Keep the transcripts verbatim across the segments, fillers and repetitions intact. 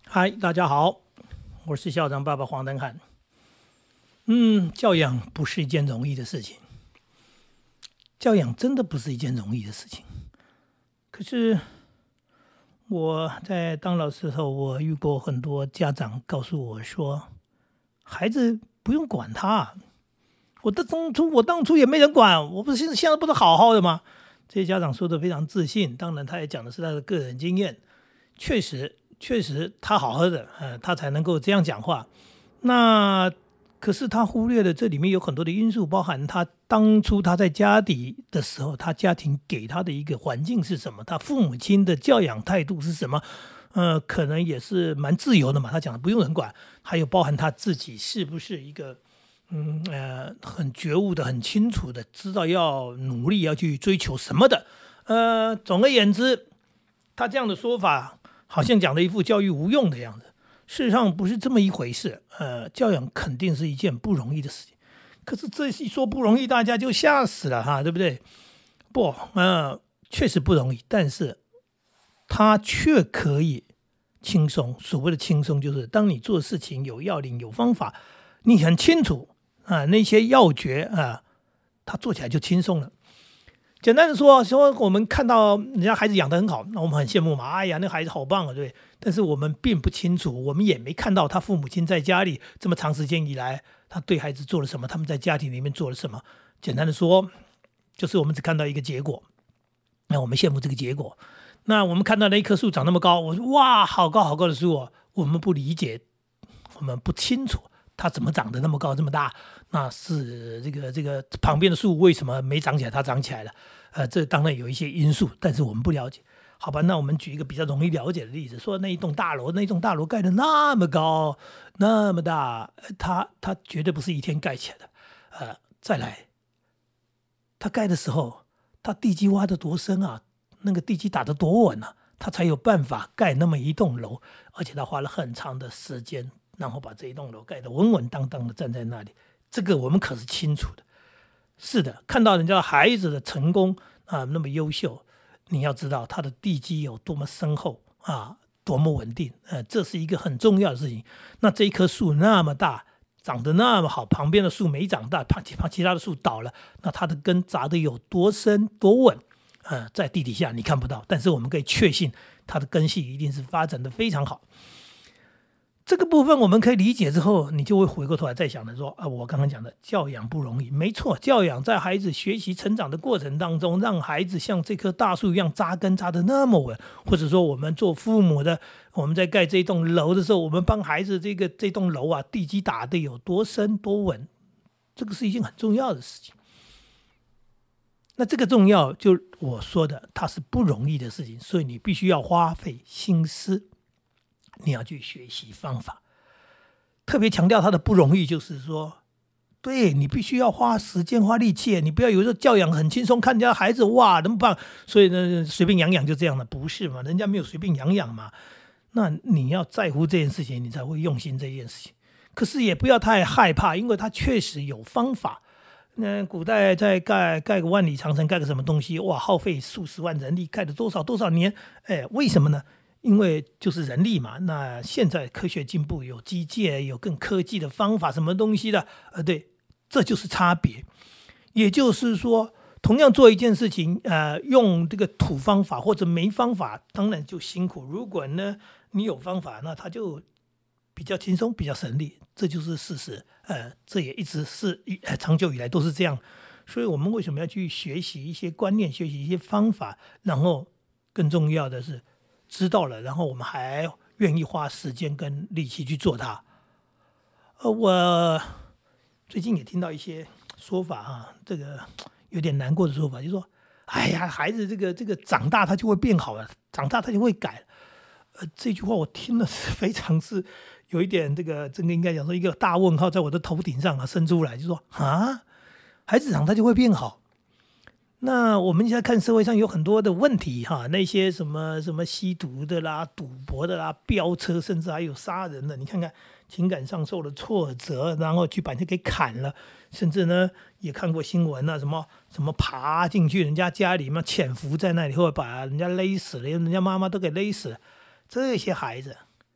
嗨，大家好，我是校长爸爸黄登汉。嗯，教养不是一件容易的事情，教养真的不是一件容易的事情。可是我在当老师的时候，我遇过很多家长告诉我说，孩子不用管他，我的当初我当初也没人管，我不是现在现在不是好好的吗？这些家长说的非常自信，当然他也讲的是他的个人经验，确实。确实他好好的、呃、他才能够这样讲话。那可是他忽略了这里面有很多的因素，包含他当初他在家里的时候，他家庭给他的一个环境是什么，他父母亲的教养态度是什么，呃，可能也是蛮自由的嘛，他讲的不用人管。还有包含他自己是不是一个嗯呃很觉悟的、很清楚的知道要努力要去追求什么的。呃，总而言之，他这样的说法好像讲的一副教育无用的样子，事实上不是这么一回事。呃，教养肯定是一件不容易的事情，可是这一说不容易，大家就吓死了哈，对不对？不，呃，确实不容易，但是它却可以轻松。所谓的轻松，就是当你做事情有要领、有方法，你很清楚啊，那些要诀啊，它做起来就轻松了。简单的说，说我们看到人家孩子养得很好，那我们很羡慕嘛，哎呀，那孩子好棒啊，对不对？但是我们并不清楚，我们也没看到他父母亲在家里这么长时间以来，他对孩子做了什么，他们在家庭里面做了什么。简单的说，就是我们只看到一个结果，那我们羡慕这个结果。那我们看到那一棵树长那么高，我说哇，好高好高的树哦，我们不理解，我们不清楚它怎么长得那么高这么大，那是这个这个旁边的树为什么没长起来，它长起来了？呃，这当然有一些因素，但是我们不了解。好吧，那我们举一个比较容易了解的例子，说那一栋大楼，那一栋大楼盖得那么高，那么大，它它绝对不是一天盖起来的。呃，再来，它盖的时候，它地基挖得多深啊？那个地基打得多稳啊？它才有办法盖那么一栋楼，而且它花了很长的时间，然后把这一栋楼盖得稳稳当当的站在那里，这个我们可是清楚的。是的，看到人家孩子的成功啊，那么优秀，你要知道他的地基有多么深厚啊，多么稳定，呃，这是一个很重要的事情。那这一棵树那么大，长得那么好，旁边的树没长大，怕其他的树倒了，那它的根扎得有多深多稳？呃，在地底下你看不到，但是我们可以确信它的根系一定是发展得非常好。这个部分我们可以理解之后，你就会回过头来再想的说啊，我刚刚讲的教养不容易，没错，教养在孩子学习成长的过程当中，让孩子像这棵大树一样扎根扎得那么稳，或者说我们做父母的，我们在盖这栋楼的时候，我们帮孩子这个这栋楼啊，地基打得有多深多稳，这个是一件很重要的事情。那这个重要，就我说的，它是不容易的事情，所以你必须要花费心思。你要去学习方法，特别强调它的不容易，就是说，对你必须要花时间花力气，你不要有时候教养很轻松，看人家孩子哇那么棒，所以呢随便养养就这样了，不是嘛？人家没有随便养养嘛，那你要在乎这件事情，你才会用心这件事情。可是也不要太害怕，因为它确实有方法。那古代在盖盖个万里长城，盖个什么东西，哇，耗费数十万人力，盖了多少多少年，哎，为什么呢？因为就是人力嘛，那现在科学进步，有机械，有更科技的方法，什么东西的，呃，对，这就是差别。也就是说，同样做一件事情，呃，用这个土方法或者没方法，当然就辛苦。如果呢你有方法，那它就比较轻松，比较省力，这就是事实。呃，这也一直是长久以来都是这样。所以我们为什么要去学习一些观念，学习一些方法，然后更重要的是，知道了，然后我们还愿意花时间跟力气去做它。呃，我最近也听到一些说法哈，这个有点难过的说法，就是说，哎呀，孩子这个这个长大他就会变好了，长大他就会改了。呃，这句话我听了是非常是有一点这个，这个应该讲说一个大问号在我的头顶上啊伸出来，就说啊，孩子长大就会变好。那我们现在看社会上有很多的问题哈，那些什么什么吸毒的啦、赌博的啦、飙车，甚至还有杀人的。你看看情感上受了挫折，然后去把人家给砍了，甚至呢也看过新闻啊，什么什么爬进去人家家里面潜伏在那里，或者把人家勒死了，人家妈妈都给勒死了。这些孩子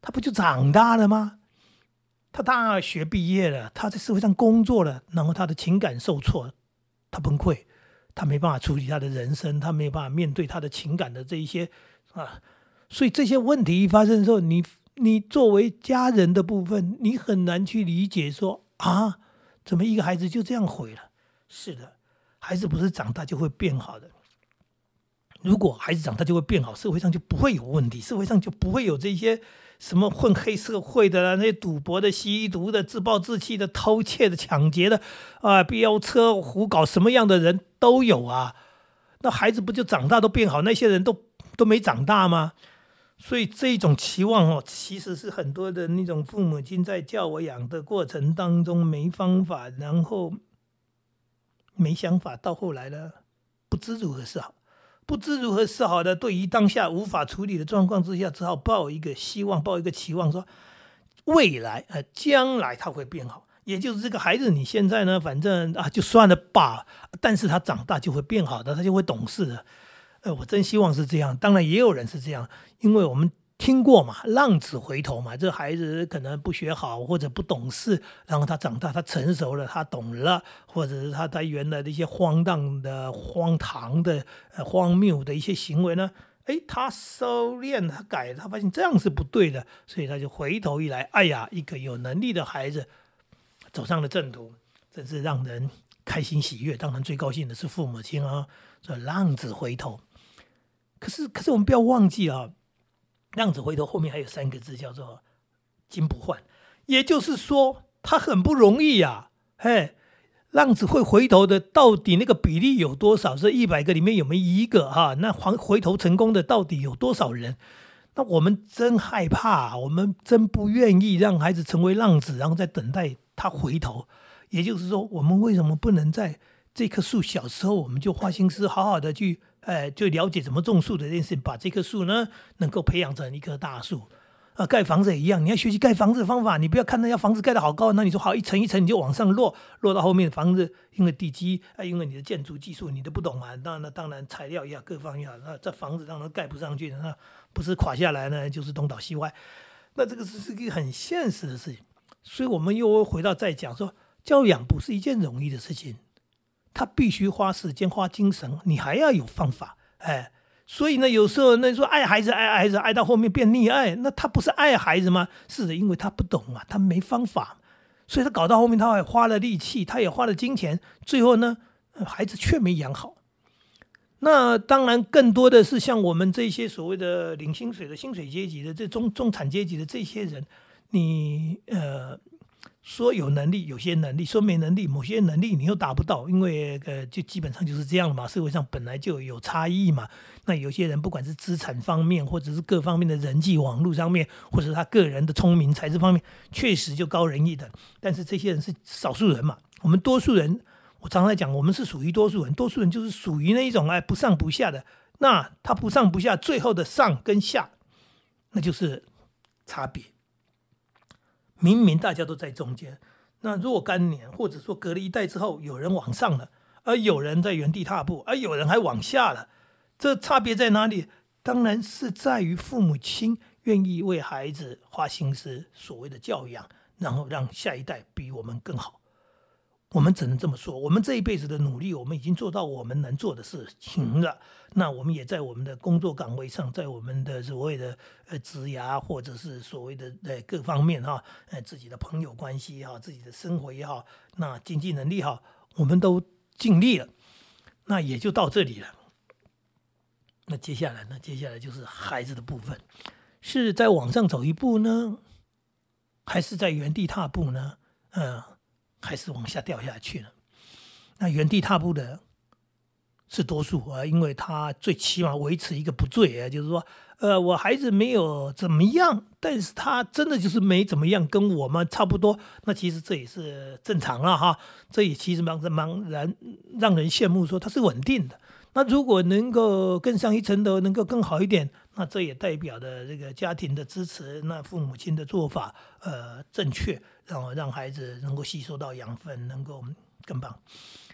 他不就长大了吗？他大学毕业了，他在社会上工作了，然后他的情感受挫，他崩溃，他没办法处理他的人生，他没办法面对他的情感的这一些啊，所以这些问题一发生的时候，你你作为家人的部分，你很难去理解说啊，怎么一个孩子就这样毁了？是的，孩子不是长大就会变好的。如果孩子长大就会变好，社会上就不会有问题，社会上就不会有这些什么混黑社会的啦，那些赌博的、吸毒的、自暴自弃的、偷窃的、抢劫的啊、飙车、胡搞什么样的人都有啊。那孩子不就长大都变好？那些人都都没长大吗？所以这种期望哦，其实是很多的那种父母亲在教我养的过程当中没方法，然后没想法，到后来呢，不知如何是好。不知如何是好的，对于当下无法处理的状况之下，只好抱一个希望，抱一个期望，说未来呃将来他会变好。也就是这个孩子，你现在呢，反正啊就算了吧，但是他长大就会变好的，他就会懂事的。呃，我真希望是这样。当然也有人是这样，因为我们听过嘛，浪子回头嘛，这孩子可能不学好或者不懂事，然后他长大，他成熟了，他懂了，或者是他在原来的一些荒诞的、荒唐的、呃荒谬的一些行为呢，哎，他收敛，他改，他发现这样是不对的，所以他就回头一来，哎呀，一个有能力的孩子走上了正途，真是让人开心喜悦。当然最高兴的是父母亲啊，说浪子回头。可是，可是我们不要忘记啊。浪子回头后面还有三个字叫做金不换，也就是说他很不容易呀、啊。嘿，浪子会回头的，到底那个比例有多少？是一百个里面有没有一个哈？那回头成功的到底有多少人？那我们真害怕，我们真不愿意让孩子成为浪子，然后再等待他回头。也就是说，我们为什么不能在这棵树小时候我们就花心思好好的去？呃，就了解怎么种树的这件事情，把这棵树呢能够培养成一棵大树。啊，盖房子也一样，你要学习盖房子的方法，你不要看那家房子盖得好高，那你说好一层一层你就往上落，落到后面房子，因为地基啊，因为你的建筑技术你都不懂嘛，那那当然材料也好，各方面好，那这房子当然盖不上去，那不是垮下来呢，就是东倒西歪。那这个是一个很现实的事情，所以我们又回到再讲说，教养不是一件容易的事情。他必须花时间、花精神，你还要有方法，哎，所以呢，有时候那说爱孩子、爱孩子，爱到后面变溺爱，那他不是爱孩子吗？是的，因为他不懂啊，他没方法，所以他搞到后面，他也花了力气，他也花了金钱，最后呢，孩子却没养好。那当然，更多的是像我们这些所谓的领薪水的薪水阶级的这中中产阶级的这些人，你呃。说有能力，有些能力；说没能力，某些能力你又达不到，因为呃，就基本上就是这样嘛。社会上本来就有差异嘛。那有些人不管是资产方面，或者是各方面的人际网络上面，或者是他个人的聪明才智方面，确实就高人一等。但是这些人是少数人嘛，我们多数人，我常常讲，我们是属于多数人，多数人就是属于那一种哎不上不下的。那他不上不下，最后的上跟下，那就是差别。明明大家都在中间，那若干年或者说隔了一代之后，有人往上了，而有人在原地踏步，而有人还往下了，这差别在哪里？当然是在于父母亲愿意为孩子花心思，所谓的教养，然后让下一代比我们更好。我们只能这么说，我们这一辈子的努力，我们已经做到我们能做的事情了。那我们也在我们的工作岗位上，在我们的所谓的呃职涯，或者是所谓的呃各方面哈，呃自己的朋友关系也好，自己的生活也好，那经济能力好，我们都尽力了。那也就到这里了。那接下来呢？接下来就是孩子的部分，是在往上走一步呢，还是在原地踏步呢？嗯、呃。还是往下掉下去了。那原地踏步的是多数啊，因为他最起码维持一个不罪啊，就是说，呃，我孩子没有怎么样，但是他真的就是没怎么样，跟我们差不多。那其实这也是正常了哈，这也其实蛮蛮让让人羡慕，说他是稳定的。那如果能够更上一层楼，能够更好一点，那这也代表的这个家庭的支持，那父母亲的做法呃正确，让让孩子能够吸收到养分，能够更棒。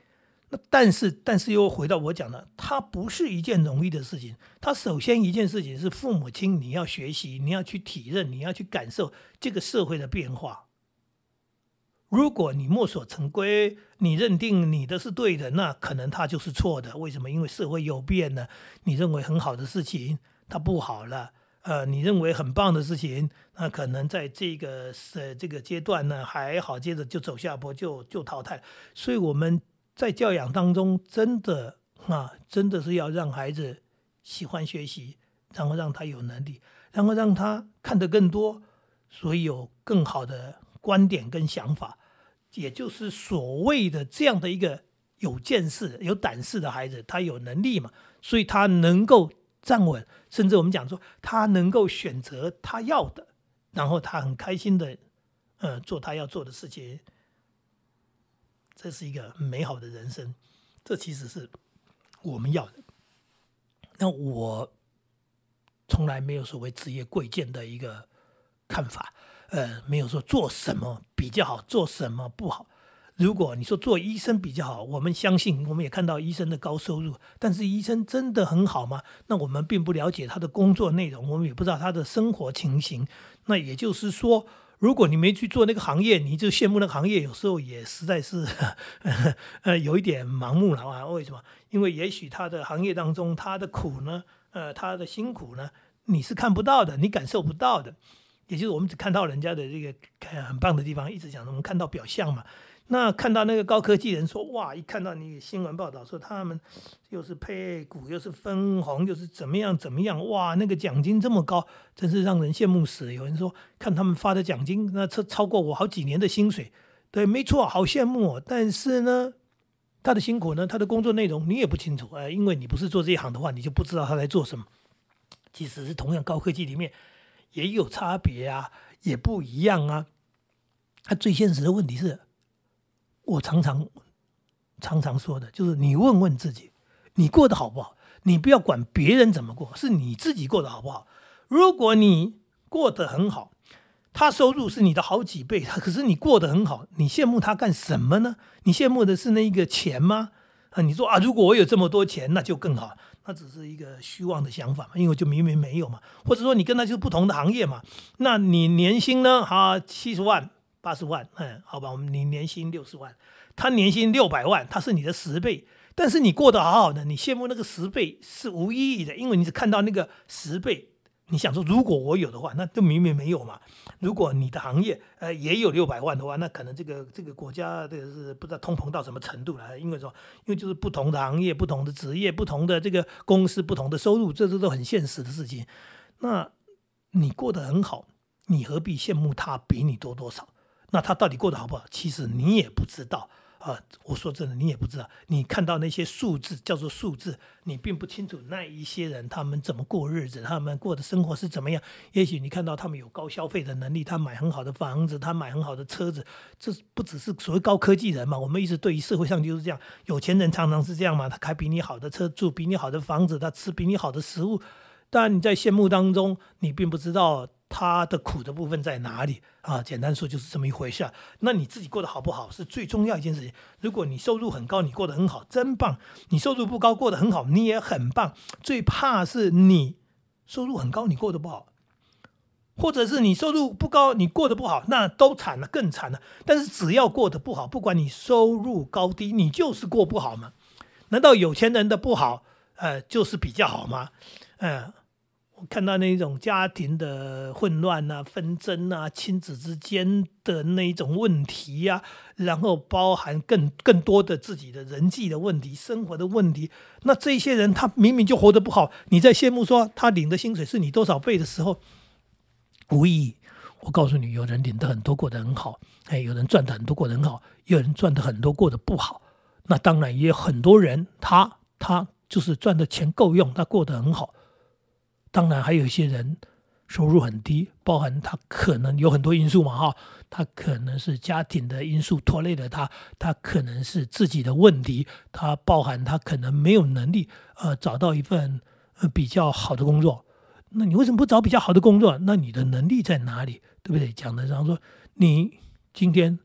那但是但是又回到我讲的，它不是一件容易的事情。它首先一件事情是父母亲你要学习，你要去体认，你要去感受这个社会的变化。如果你墨守成规，你认定你的是对的，那可能它就是错的。为什么？因为社会有变了，你认为很好的事情它不好了，呃，你认为很棒的事情，那可能在这个呃这个阶段呢还好，接着就走下坡，就就淘汰。所以我们在教养当中，真的啊，真的是要让孩子喜欢学习，然后让他有能力，然后让他看得更多，所以有更好的观点跟想法，也就是所谓的这样的一个有见识、有胆识的孩子，他有能力嘛，所以他能够站稳，甚至我们讲说，他能够选择他要的，然后他很开心的，呃，做他要做的事情。这是一个很美好的人生，这其实是我们要的。那我从来没有所谓职业贵贱的一个看法，呃，没有说做什么比较好，做什么不好。如果你说做医生比较好，我们相信，我们也看到医生的高收入，但是医生真的很好吗？那我们并不了解他的工作内容，我们也不知道他的生活情形。那也就是说，如果你没去做那个行业，你就羡慕那个行业，有时候也实在是呃有一点盲目了啊。为什么？因为也许他的行业当中，他的苦呢，呃，他的辛苦呢，你是看不到的，你感受不到的。也就是我们只看到人家的这个很棒的地方，一直讲我们看到表象嘛。那看到那个高科技人说，哇，一看到你新闻报道说他们又是配股又是分红又是怎么样怎么样，哇，那个奖金这么高，真是让人羡慕死。有人说看他们发的奖金，那超超过我好几年的薪水。对，没错，好羡慕哦。但是呢，他的辛苦呢，他的工作内容你也不清楚，呃，因为你不是做这一行的话，你就不知道他在做什么。其实是同样高科技里面也有差别啊，也不一样啊。他最现实的问题是，我常常常常说的，就是你问问自己，你过得好不好？你不要管别人怎么过，是你自己过得好不好？如果你过得很好，他收入是你的好几倍，可是你过得很好，你羡慕他干什么呢？你羡慕的是那个钱吗？啊，你说啊，如果我有这么多钱，那就更好。那只是一个虚妄的想法嘛，因为就明明没有嘛。或者说你跟他就是不同的行业嘛，那你年薪呢？哈，七十万。八十万，嗯，好吧，我们你年薪六十万，他年薪六百万，他是你的十倍，但是你过得好好的，你羡慕那个十倍是无意义的，因为你只看到那个十倍，你想说如果我有的话，那就明明没有嘛。如果你的行业呃也有六百万的话，那可能这个这个国家这个是不知道通膨到什么程度了，因为说因为就是不同的行业、不同的职业、不同的这个公司、不同的收入，这这都很现实的事情。那你过得很好，你何必羡慕他比你多多少？那他到底过得好不好？其实你也不知道啊、呃！我说真的，你也不知道。你看到那些数字叫做数字，你并不清楚那一些人他们怎么过日子，他们过的生活是怎么样。也许你看到他们有高消费的能力，他买很好的房子，他买很好的车子，这不只是所谓高科技人嘛？我们一直对于社会上就是这样，有钱人常常是这样嘛，他开比你好的车，住比你好的房子，他吃比你好的食物。当然你在羡慕当中，你并不知道他的苦的部分在哪里啊？简单说就是这么一回事。那你自己过得好不好是最重要一件事情。如果你收入很高，你过得很好，真棒；你收入不高，过得很好，你也很棒。最怕是你收入很高，你过得不好，或者是你收入不高，你过得不好，那都惨了，更惨了。但是只要过得不好，不管你收入高低，你就是过不好嘛？难道有钱人的不好，呃，就是比较好吗？呃我看到那种家庭的混乱啊、纷争啊、亲子之间的那种问题啊，然后包含更更多的自己的人际的问题、生活的问题。那这些人他明明就活得不好，你在羡慕说他领的薪水是你多少倍的时候，无意义。我告诉你，有人领的很多，过得很好；哎，有人赚的很多，过得很好；有人赚的很多，过得不好。那当然也有很多人，他他就是赚的钱够用，他过得很好。当然还有一些人收入很低，包含他可能有很多因素嘛哈，他可能是家庭的因素拖累了他，他可能是自己的问题，他包含他可能没有能力呃找到一份呃比较好的工作。那你为什么不找比较好的工作？那你的能力在哪里？对不对？讲的然后说你今天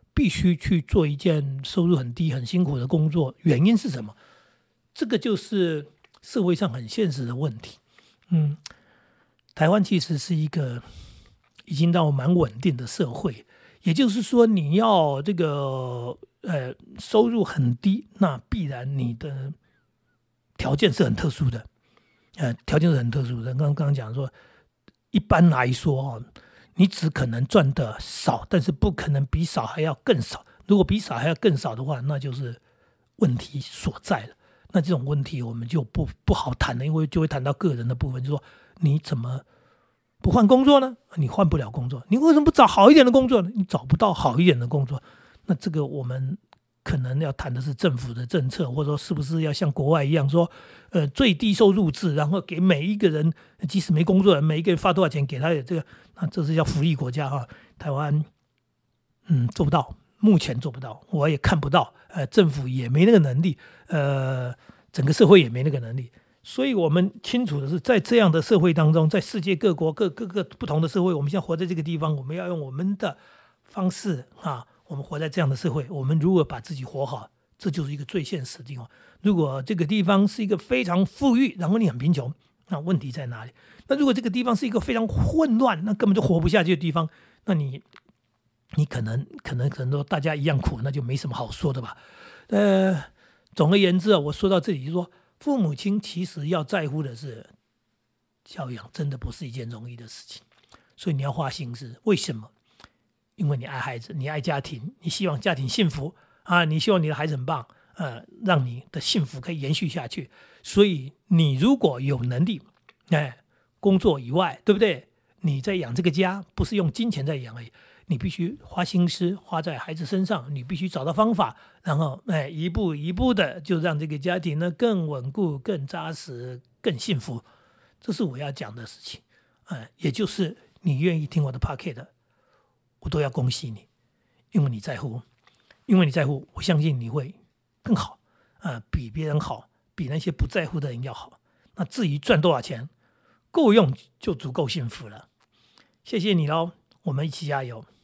必须去做一件收入很低、很辛苦的工作，原因是什么？这个就是社会上很现实的问题。嗯，台湾其实是一个已经到蛮稳定的社会，也就是说，你要这个呃收入很低，那必然你的条件是很特殊的，呃，条件是很特殊的。刚刚讲说，一般来说哦，你只可能赚的少，但是不可能比少还要更少。如果比少还要更少的话，那就是问题所在了。那这种问题我们就不不好谈了，因为就会谈到个人的部分，就说你怎么不换工作呢？你换不了工作，你为什么不找好一点的工作呢？你找不到好一点的工作，那这个我们可能要谈的是政府的政策，或者说是不是要像国外一样说，呃，最低收入制，然后给每一个人，即使没工作的人，每一个人发多少钱给他的这个，那这是叫福利国家哈。台湾，嗯，做不到，目前做不到，我也看不到，呃，政府也没那个能力，呃，整个社会也没那个能力。所以我们清楚的是，在这样的社会当中，在世界各国各各个不同的社会，我们现在活在这个地方，我们要用我们的方式啊，我们活在这样的社会，我们如果把自己活好，这就是一个最现实的地方。如果这个地方是一个非常富裕，然后你很贫穷，那问题在哪里？那如果这个地方是一个非常混乱，那根本就活不下去的地方，那你你可能可能可能说大家一样苦，那就没什么好说的吧。呃，总而言之啊，我说到这里就说，父母亲其实要在乎的是教养，真的不是一件容易的事情，所以你要花心思。为什么？因为你爱孩子，你爱家庭，你希望家庭幸福啊，你希望你的孩子很棒，呃，让你的幸福可以延续下去。所以你如果有能力，哎，工作以外，对不对？你在养这个家，不是用金钱在养而已，你必须花心思花在孩子身上，你必须找到方法，然后哎，一步一步的就让这个家庭呢更稳固、更扎实、更幸福。这是我要讲的事情，哎，也就是你愿意听我的 podcast 的，我都要恭喜你，因为你在乎，因为你在乎，我相信你会更好，呃，比别人好，比那些不在乎的人要好。那至于赚多少钱，够用就足够幸福了。谢谢你喽，我们一起加油。